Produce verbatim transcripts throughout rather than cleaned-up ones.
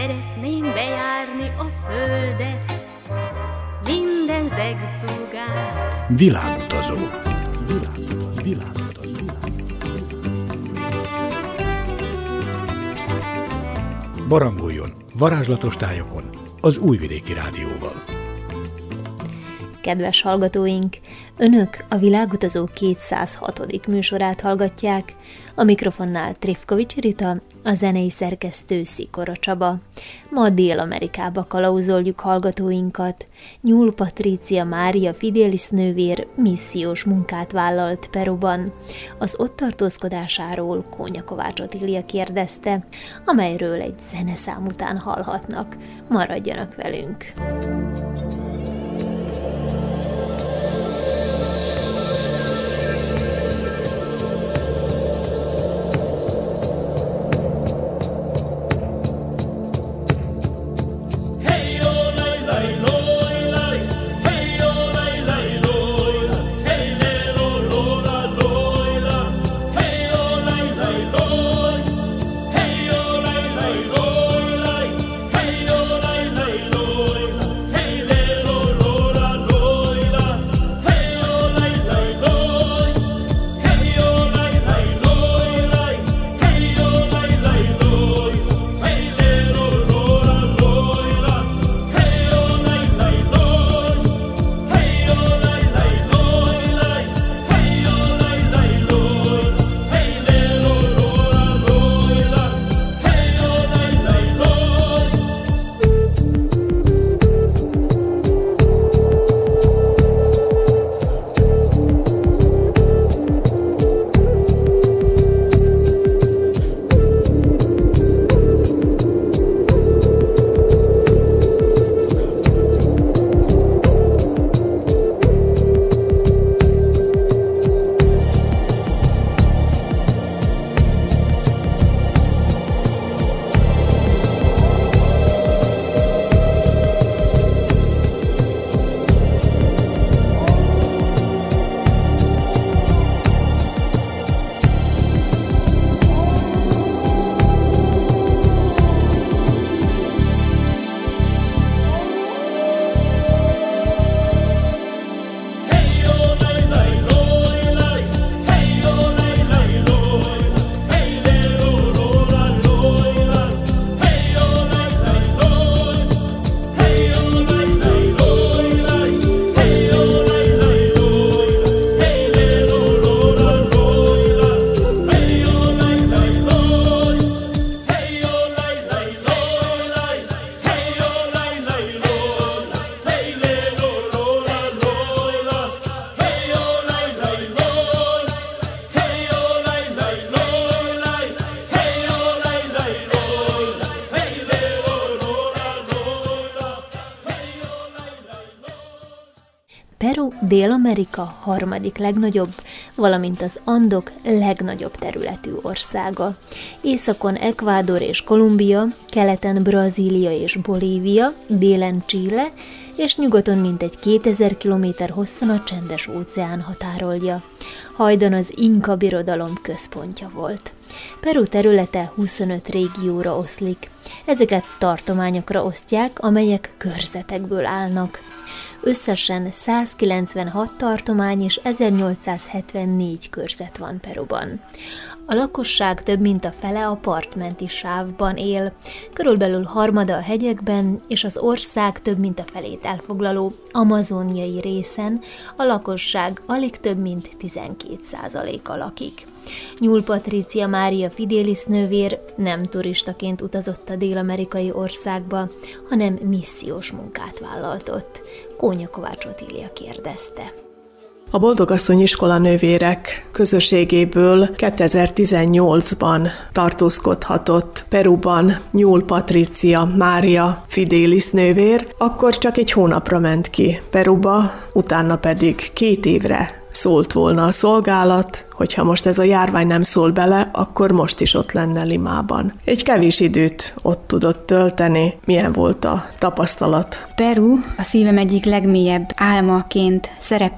Szeretném bejárni a földet, minden zegszúgát. Világutazó. Világutazó. Világutazó. Barangoljon varázslatos tájokon az Újvidéki Rádióval. Kedves hallgatóink, Önök a Világutazó kétszázhatodik műsorát hallgatják, a mikrofonnál Trifkovics Rita, a zenei szerkesztő Szikora Csaba. Ma Dél-Amerikába kalauzoljuk hallgatóinkat. Nyúl Patrícia Mária Fidelis nővér missziós munkát vállalt Peruban. Az ott tartózkodásáról Kónya Kovács Otília kérdezte, amelyről egy zeneszám után hallhatnak. Maradjanak velünk! Peru Dél-Amerika harmadik legnagyobb, valamint az Andok legnagyobb területű országa. Északon Ecuador és Kolumbia, keleten Brazília és Bolívia, délen Chile, és nyugaton mintegy kétezer kilométer hosszan a Csendes-óceán határolja. Hajdan az Inka birodalom központja volt. Peru területe huszonöt régióra oszlik. Ezeket tartományokra osztják, amelyek körzetekből állnak. Összesen százkilencvenhat tartomány és ezernyolcszázhetvennégy körzet van Peruban. A lakosság több mint a fele a partmenti sávban él, körülbelül harmada a hegyekben, és az ország több mint a felét elfoglaló amazoniai részen a lakosság alig több mint tizenkét százaléka lakik. Nyúl Patrícia Mária Fidelis nővér nem turistaként utazott a dél-amerikai országba, hanem missziós munkát vállalt ott. Kónya Kovács Otília kérdezte. A Boldogasszony Iskola Nővérek közösségéből kétezer-tizennyolcban tartózkodhatott Peruban Nyúl Patrícia Mária Fidelis nővér, akkor csak egy hónapra ment ki Peruba, utána pedig két évre szólt volna a szolgálat, hogyha most ez a járvány nem szól bele, akkor most is ott lenne Limában. Egy kevés időt ott tudott tölteni. Milyen volt a tapasztalat? Peru a szívem egyik legmélyebb álmaként szerepel,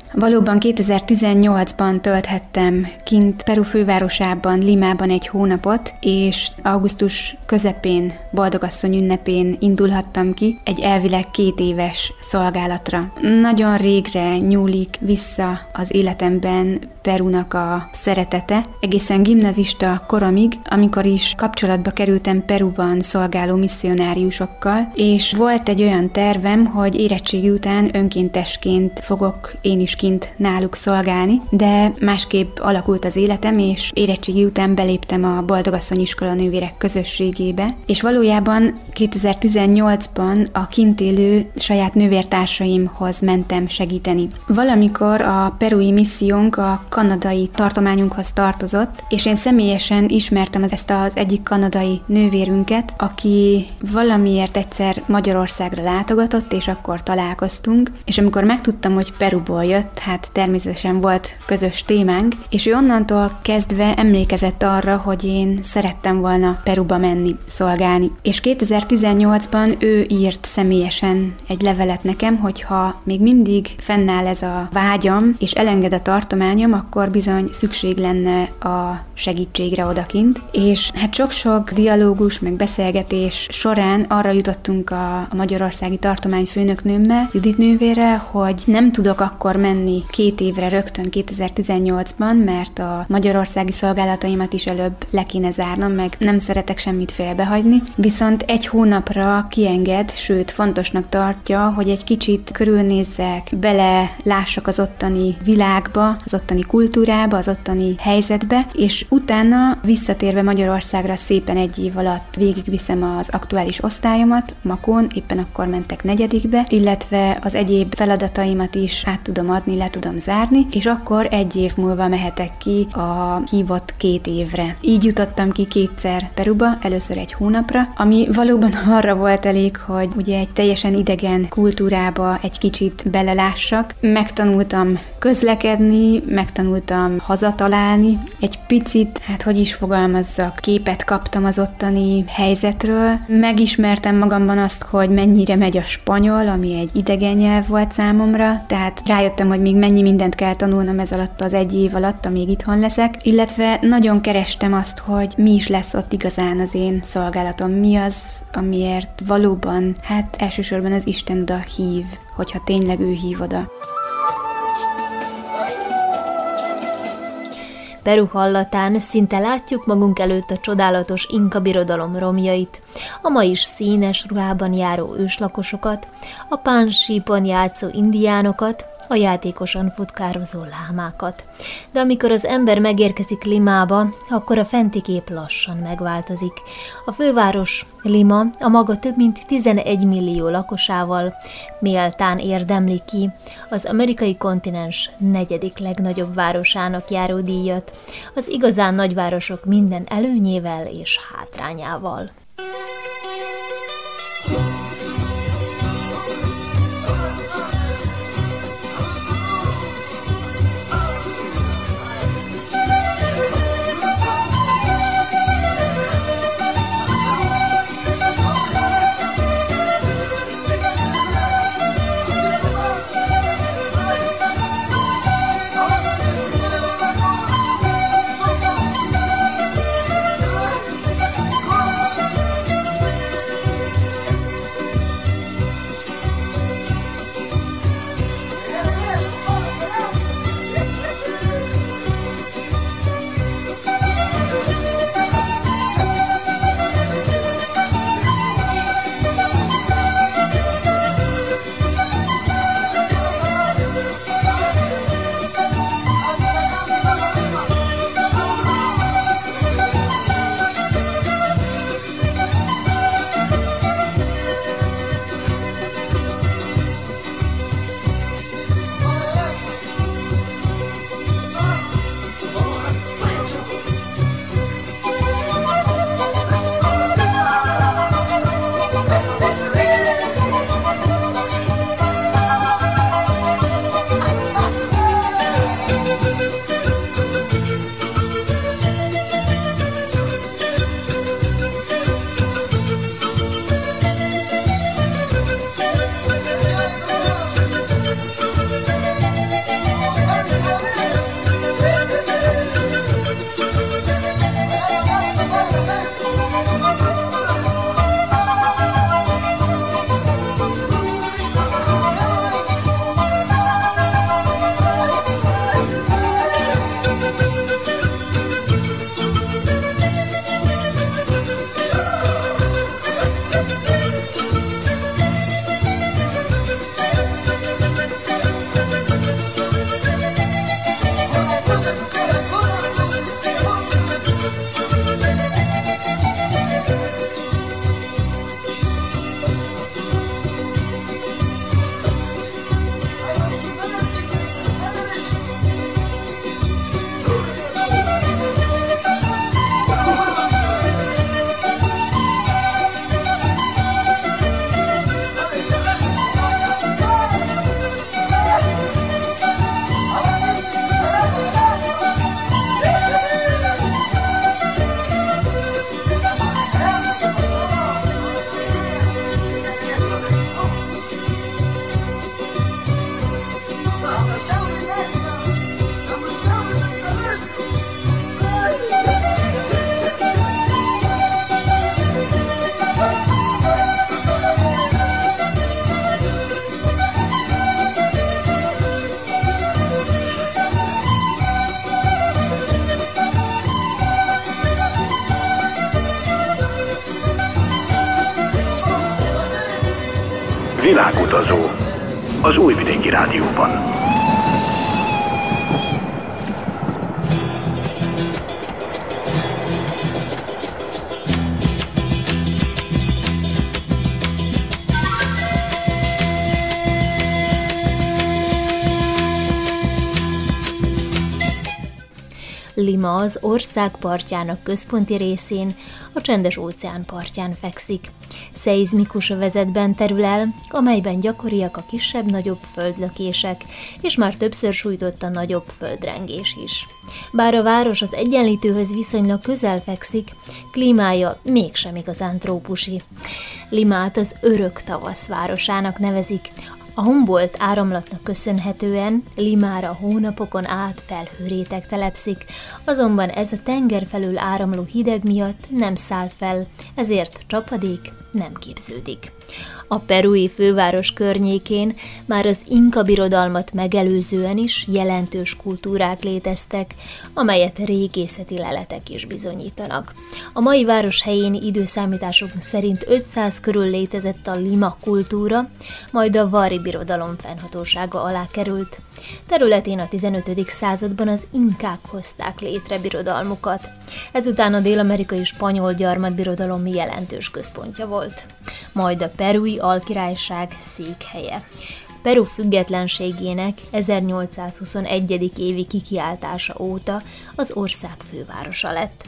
Valóban kétezer-tizennyolcban tölthettem kint Peru fővárosában, Limában egy hónapot, és augusztus közepén, Boldogasszony ünnepén indulhattam ki egy elvileg két éves szolgálatra. Nagyon régre nyúlik vissza az életemben Perúnak a szeretete, egészen gimnazista koromig, amikor is kapcsolatba kerültem Peruban szolgáló misszionáriusokkal, és volt egy olyan tervem, hogy érettségi után önkéntesként fogok én is kint náluk szolgálni, de másképp alakult az életem, és érettségi után beléptem a Boldogasszony iskola nővérek közösségébe, és valójában kétezer-tizennyolcban a kint élő saját nővértársaimhoz mentem segíteni. Valamikor a perui missziónk a kanadai tartományunkhoz tartozott, és én személyesen ismertem ezt az egyik kanadai nővérünket, aki valamiért egyszer Magyarországra látogatott, és akkor találkoztunk, és amikor megtudtam, hogy Peruból jött, hát természetesen volt közös témánk, és ő onnantól kezdve emlékezett arra, hogy én szerettem volna Peruba menni, szolgálni. És kétezer-tizennyolcban ő írt személyesen egy levelet nekem, hogyha még mindig fennáll ez a vágyam, és elenged a tartományom, akkor bizony szükség lenne a segítségre odakint. És hát sok-sok dialógus, meg beszélgetés során arra jutottunk a, a magyarországi tartomány főnöknőmmel, Judit nővérrel, hogy nem tudok akkor menni két évre rögtön kétezer-tizennyolcban, mert a magyarországi szolgálataimat is előbb le kéne zárnom, meg nem szeretek semmit félbehagyni, viszont egy hónapra kienged, sőt fontosnak tartja, hogy egy kicsit körülnézzek, bele lássak az ottani világba, az ottani kultúrába, az ottani helyzetbe, és utána visszatérve Magyarországra szépen egy év alatt végigviszem az aktuális osztályomat, Makón, éppen akkor mentek negyedikbe, illetve az egyéb feladataimat is át tudom adni, le tudom zárni, és akkor egy év múlva mehetek ki a hívott két évre. Így jutottam ki kétszer Peruba, először egy hónapra, ami valóban arra volt elég, hogy ugye egy teljesen idegen kultúrába egy kicsit belelássak. Megtanultam közlekedni, megtanultam hazatalálni, egy picit, hát hogy is fogalmazzak, képet kaptam az ottani helyzetről. Megismertem magamban azt, hogy mennyire megy a spanyol, ami egy idegen nyelv volt számomra, tehát rájöttem, hogy még mennyi mindent kell tanulnom ez alatt az egy év alatt, amíg itthon leszek, illetve nagyon kerestem azt, hogy mi is lesz ott igazán az én szolgálatom, mi az, amiért valóban, hát elsősorban az Isten oda hív, hogyha tényleg ő hív oda. Peru hallatán szinte látjuk magunk előtt a csodálatos inka birodalom romjait, a ma is színes ruhában járó őslakosokat, a pánsípon játszó indiánokat, a játékosan futkározó lámákat. De amikor az ember megérkezik Limába, akkor a fenti kép lassan megváltozik. A főváros, Lima, a maga több mint tizenegy millió lakosával méltán érdemli ki az amerikai kontinens negyedik legnagyobb városának járó díjat, az igazán nagyvárosok minden előnyével és hátrányával. Világutazó az Újvidéki Rádióban. Lima az ország partjának központi részén, a Csendes-óceán partján fekszik. Szeizmikus övezetben terül el, amelyben gyakoriak a kisebb-nagyobb földlökések, és már többször sújtott a nagyobb földrengés is. Bár a város az Egyenlítőhöz viszonylag közel fekszik, klímája mégsem igazán trópusi. Limát az örök tavasz városának nevezik. A Humboldt áramlatnak köszönhetően Limára hónapokon át felhőréteg telepszik, azonban ez a tenger felül áramló hideg miatt nem száll fel, ezért csapadék nem képződik. A perui főváros környékén már az Inka birodalmat megelőzően is jelentős kultúrák léteztek, amelyet régészeti leletek is bizonyítanak. A mai város helyén időszámítások szerint ötszáz körül létezett a Lima kultúra, majd a Vari birodalom fennhatósága alá került. Területén a tizenötödik században az inkák hozták létre birodalmukat. Ezután a dél-amerikai spanyol gyarmatbirodalom jelentős központja volt. Majd a perui alkirályság székhelye. Peru függetlenségének ezernyolcszázhuszonegyedik évi kikiáltása óta az ország fővárosa lett.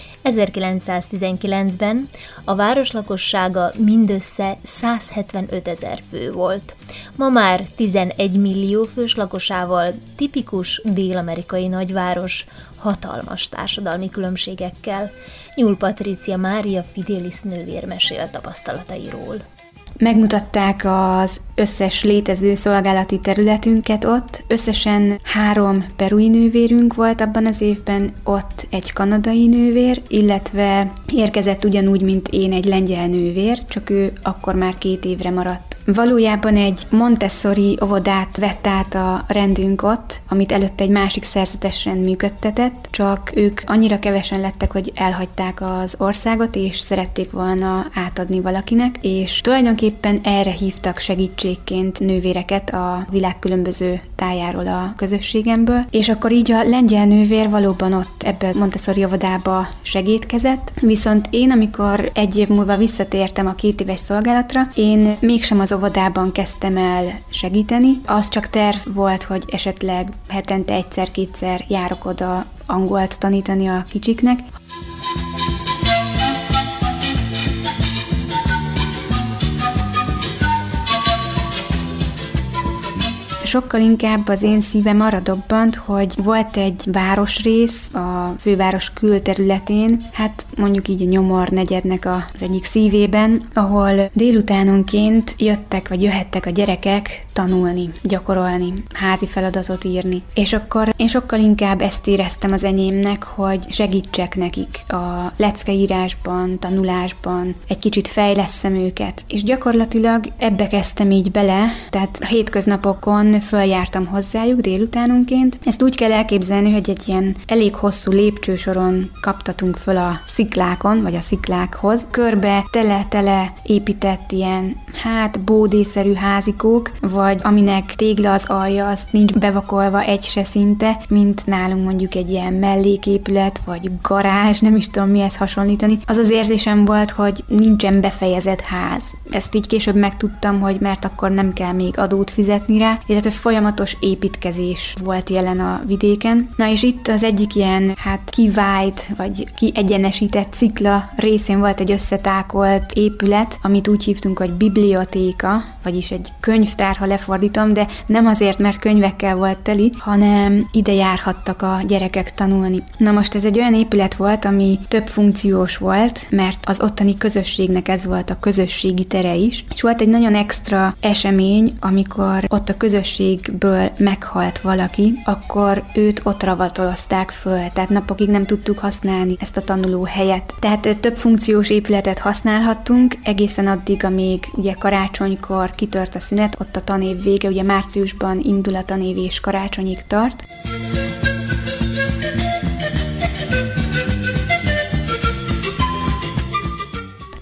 ezerkilencszáztizenkilencben a város lakossága mindössze százhetvenötezer fő volt. Ma már tizenegy millió fős lakosával tipikus dél-amerikai nagyváros, hatalmas társadalmi különbségekkel. Nyúl Patrícia Mária Fidelis nővér mesél tapasztalatairól. Megmutatták az összes létező szolgálati területünket ott. Összesen három perui nővérünk volt abban az évben, ott egy kanadai nővér, illetve érkezett ugyanúgy, mint én, egy lengyel nővér, csak ő akkor már két évre maradt. Valójában egy Montessori óvodát vett át a rendünk ott, amit előtte egy másik szerzetes rend működtetett, csak ők annyira kevesen lettek, hogy elhagyták az országot, és szerették volna átadni valakinek, és tulajdonképpen erre hívtak segítségként nővéreket a világ különböző tájáról a közösségemből, és akkor így a lengyel nővér valóban ott ebbe a Montessori óvodába segítkezett, viszont én, amikor egy év múlva visszatértem a két éves szolgálatra, én mégsem az óvodában kezdtem el segíteni. Az csak terv volt, hogy esetleg hetente egyszer-kétszer járok oda angolt tanítani a kicsiknek. Sokkal inkább az én szívem arra dobbant, hogy volt egy városrész a főváros külterületén, hát mondjuk így a Nyomor negyednek az egyik szívében, ahol délutánonként jöttek vagy jöhettek a gyerekek tanulni, gyakorolni, házi feladatot írni. És akkor én sokkal inkább ezt éreztem az enyémnek, hogy segítsek nekik a leckeírásban, tanulásban, egy kicsit fejlesszem őket. És gyakorlatilag ebbe kezdtem így bele, tehát a hétköznapokon följártam hozzájuk délutánonként. Ezt úgy kell elképzelni, hogy egy ilyen elég hosszú lépcsősoron kaptatunk föl a sziklákon, vagy a sziklákhoz. Körbe tele-tele épített ilyen, hát bódészerű házikók, vagy aminek tégla az alja, azt nincs bevakolva egy se szinte, mint nálunk mondjuk egy ilyen melléképület, vagy garázs, nem is tudom mihez hasonlítani. Az az érzésem volt, hogy nincsen befejezett ház. Ezt így később megtudtam, hogy mert akkor nem kell még adót fizetni rá, illetve folyamatos építkezés volt jelen a vidéken. Na és itt az egyik ilyen, hát kivájt, vagy kiegyenesített szikla részén volt egy összetákolt épület, amit úgy hívtunk, hogy bibliotéka, vagyis egy könyvtár, ha lefordítom, de nem azért, mert könyvekkel volt teli, hanem ide járhattak a gyerekek tanulni. Na most ez egy olyan épület volt, ami több funkciós volt, mert az ottani közösségnek ez volt a közösségi tere is, és volt egy nagyon extra esemény, amikor ott a közösségből meghalt valaki, akkor őt ott ravatolozták föl, tehát napokig nem tudtuk használni ezt a tanuló helyet. Tehát több funkciós épületet használhattunk, egészen addig, amíg ugye karácsonykor kitört a szünet, ott a tanév vége, ugye márciusban indul a tanév és karácsonyig tart.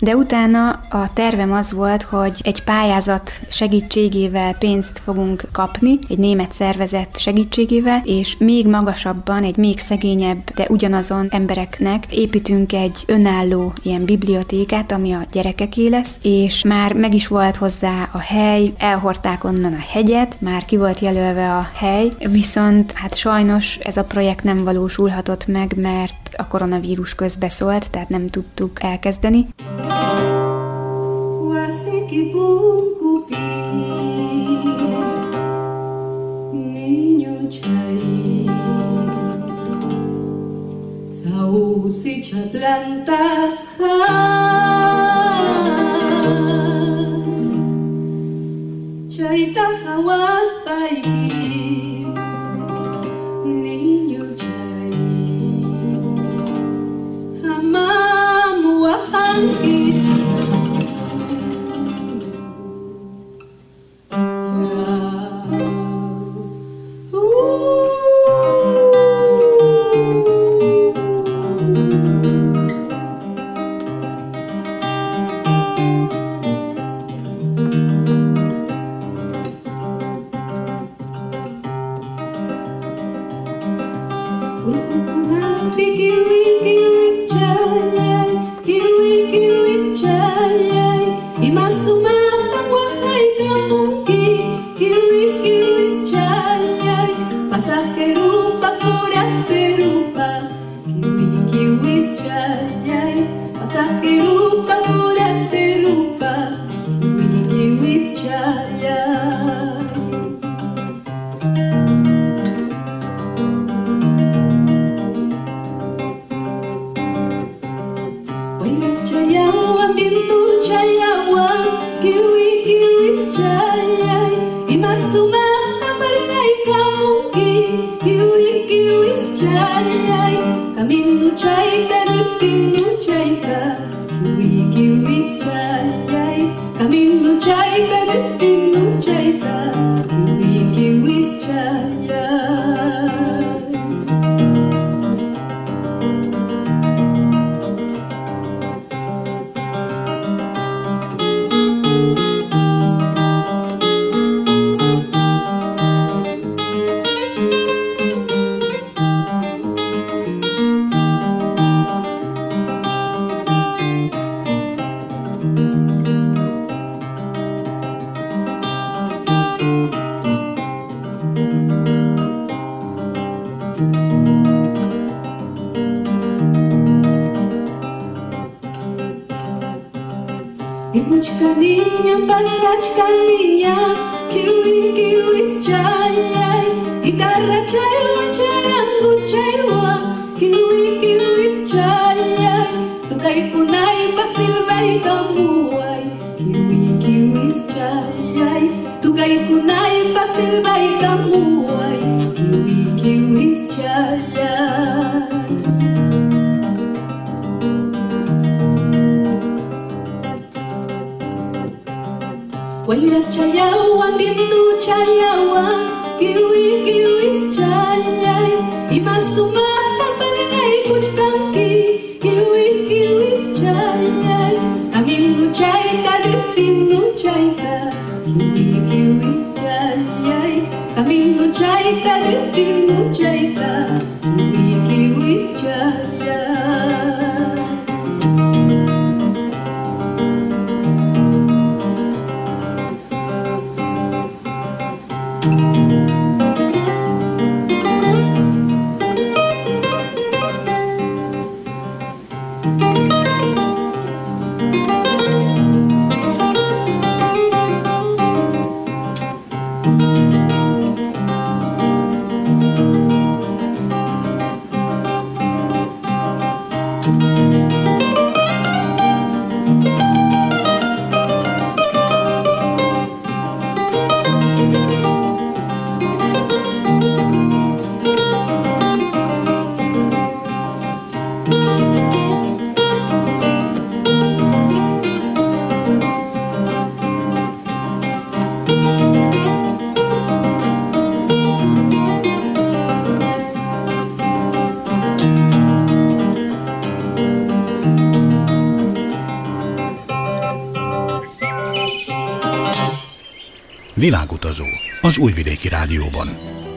de utána a tervem az volt, hogy egy pályázat segítségével pénzt fogunk kapni, egy német szervezet segítségével, és még magasabban, egy még szegényebb, de ugyanazon embereknek építünk egy önálló ilyen bibliotékát, ami a gyerekeké lesz, és már meg is volt hozzá a hely, elhordták onnan a hegyet, már ki volt jelölve a hely, viszont hát sajnos ez a projekt nem valósulhatott meg, mert a koronavírus közbeszólt, tehát nem tudtuk elkezdeni. Világutazó az Újvidéki Rádióban.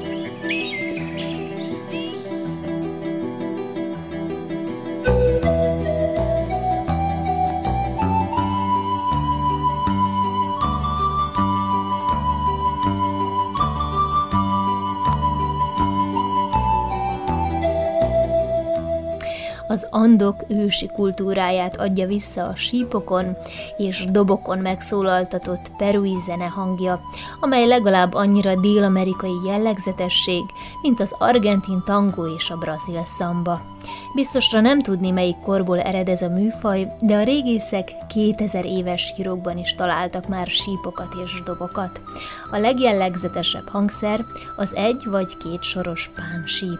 Az andok ősi kultúráját adja vissza a sípokon és dobokon megszólaltatott perui zenehangja, amely legalább annyira dél-amerikai jellegzetesség, mint az argentin tangó és a brazil szamba. Biztosra nem tudni, melyik korból ered ez a műfaj, de a régészek kétezer éves sírokban is találtak már sípokat és dobokat. A legjellegzetesebb hangszer az egy vagy két soros pánsíp.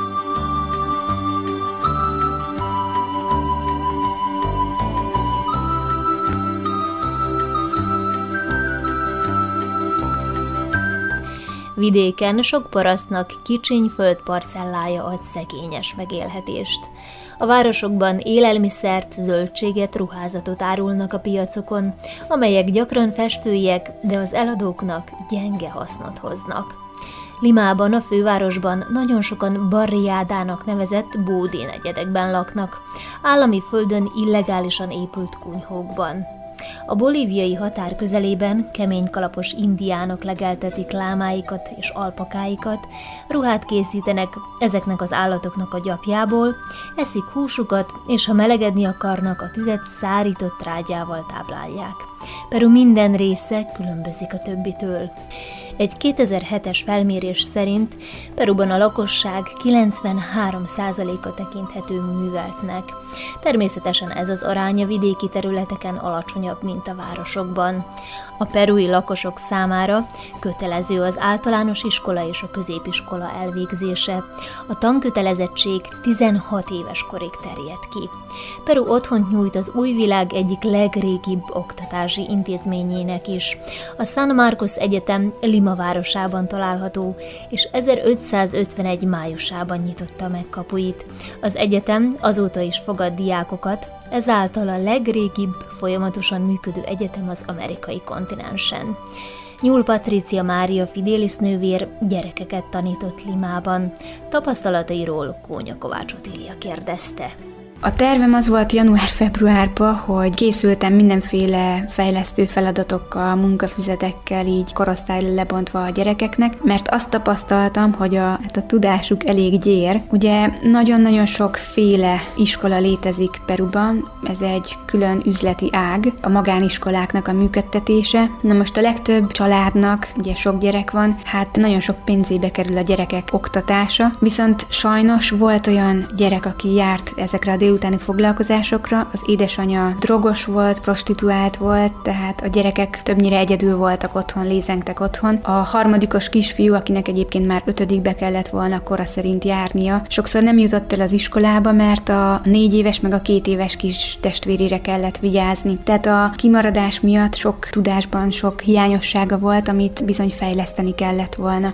Vidéken sok parasztnak kicsiny földparcellája ad szegényes megélhetést. A városokban élelmiszert, zöldséget, ruházatot árulnak a piacokon, amelyek gyakran festőiek, de az eladóknak gyenge hasznot hoznak. Limában, a fővárosban nagyon sokan barriádának nevezett bódé negyedekben laknak, állami földön illegálisan épült kunyhókban. A bolíviai határ közelében kemény kalapos indiánok legeltetik lámáikat és alpakáikat, ruhát készítenek ezeknek az állatoknak a gyapjából, eszik húsukat, és ha melegedni akarnak, a tüzet szárított trágyával táplálják. Peru minden része különbözik a többitől. Egy kétezer-hetes felmérés szerint Peruban a lakosság kilencvenhárom százaléka tekinthető műveltnek. Természetesen ez az aránya vidéki területeken alacsonyabb, mint a városokban. A perui lakosok számára kötelező az általános iskola és a középiskola elvégzése. A tankötelezettség tizenhat éves korig terjed ki. Peru otthont nyújt az új világ egyik legrégibb oktatási intézményének is. A San Marcos Egyetem Lima városában található, és ezerötszázötvenegy májusában nyitotta meg kapuit. Az egyetem azóta is fogad diákokat, ezáltal a legrégibb, folyamatosan működő egyetem az amerikai kontinensen. Nyúl Patrícia Mária Fidelis nővér gyerekeket tanított Limában. Tapasztalatairól Kónya Kovács Otília kérdezte. A tervem az volt január-februárban, hogy készültem mindenféle fejlesztő feladatokkal, munkafüzetekkel, így korosztályra lebontva a gyerekeknek, mert azt tapasztaltam, hogy a, hát a tudásuk elég gyér. Ugye nagyon-nagyon sokféle iskola létezik Peruban, ez egy külön üzleti ág, a magániskoláknak a működtetése. Na most a legtöbb családnak, ugye sok gyerek van, hát nagyon sok pénzébe kerül a gyerekek oktatása, viszont sajnos volt olyan gyerek, aki járt ezekre a délutáni foglalkozásokra, az édesanyja drogos volt, prostituált volt, tehát a gyerekek többnyire egyedül voltak otthon, lézengtek otthon. A harmadikos kisfiú, akinek egyébként már ötödikbe kellett volna kora szerint járnia, sokszor nem jutott el az iskolába, mert a négy éves meg a két éves kis testvérére kellett vigyázni. Tehát a kimaradás miatt sok tudásban sok hiányossága volt, amit bizony fejleszteni kellett volna.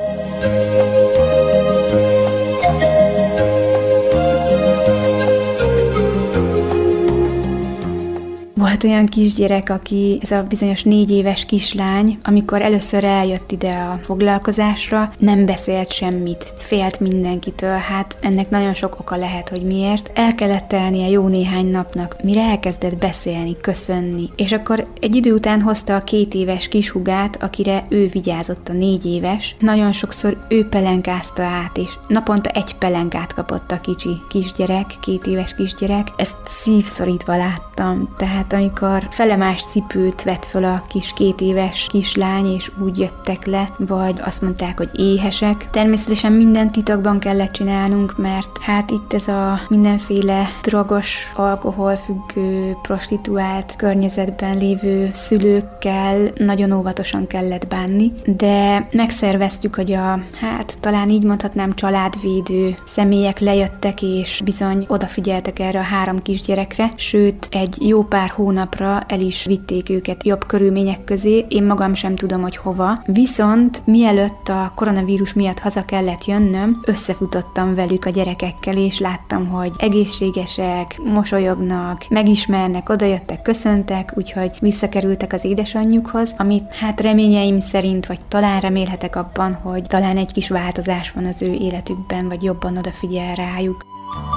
Volt olyan kisgyerek, aki, ez a bizonyos négy éves kislány, amikor először eljött ide a foglalkozásra, nem beszélt semmit, félt mindenkitől, hát ennek nagyon sok oka lehet, hogy miért. El kellett telnie jó néhány napnak, mire elkezdett beszélni, köszönni, és akkor egy idő után hozta a két éves kishugát, akire ő vigyázott, a négy éves. Nagyon sokszor ő pelenkázta át, és naponta egy pelenkát kapott a kicsi kisgyerek, két éves kisgyerek. Ezt szívszorítva láttam, tehát amikor felemás cipőt vett fel a kis két éves kislány, és úgy jöttek le, vagy azt mondták, hogy éhesek. Természetesen minden titokban kellett csinálnunk, mert hát itt ez a mindenféle drogos, alkoholfüggő, prostituált környezetben lévő szülőkkel nagyon óvatosan kellett bánni, de megszerveztük, hogy a, hát talán így mondhatnám, családvédő személyek lejöttek, és bizony odafigyeltek erre a három kisgyerekre, sőt, egy jó pár hónapra el is vitték őket jobb körülmények közé, én magam sem tudom, hogy hova. Viszont mielőtt a koronavírus miatt haza kellett jönnöm, összefutottam velük a gyerekekkel, és láttam, hogy egészségesek, mosolyognak, megismernek, odajöttek, köszöntek, úgyhogy visszakerültek az édesanyjukhoz, amit hát reményeim szerint, vagy talán remélhetek abban, hogy talán egy kis változás van az ő életükben, vagy jobban odafigyel rájuk.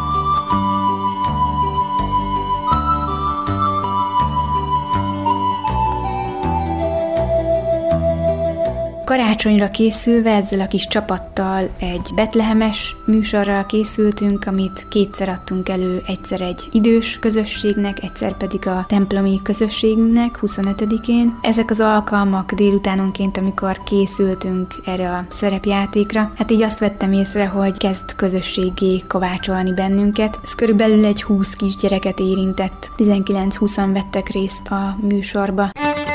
Karácsonyra készülve ezzel a kis csapattal egy betlehemes műsorral készültünk, amit kétszer adtunk elő, egyszer egy idős közösségnek, egyszer pedig a templomi közösségünknek huszonötödikén. Ezek az alkalmak délutánonként, amikor készültünk erre a szerepjátékra, hát így azt vettem észre, hogy kezd közösséggé kovácsolni bennünket. Ez körülbelül egy húsz kisgyereket érintett, tizenkilenc-húszan vettek részt a műsorba.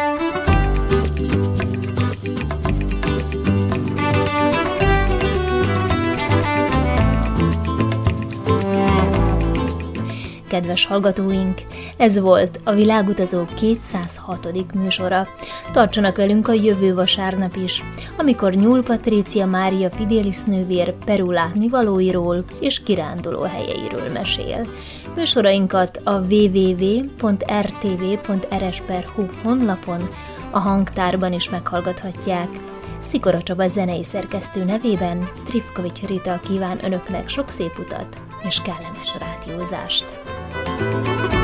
Kedves hallgatóink, ez volt a Világutazó kétszázhatodik műsora. Tartsanak velünk a jövő vasárnap is, amikor Nyúl Patrícia Mária Fidelis nővér Peru látnivalóiról és kiránduló helyeiről mesél. Műsorainkat a double-u double-u double-u pont r t v pont r s pont h u honlapon, a hangtárban is meghallgathatják. Szikora Csaba zenei szerkesztő nevében Trifkovics Rita kíván önöknek sok szép utat és kellemes rádiózást.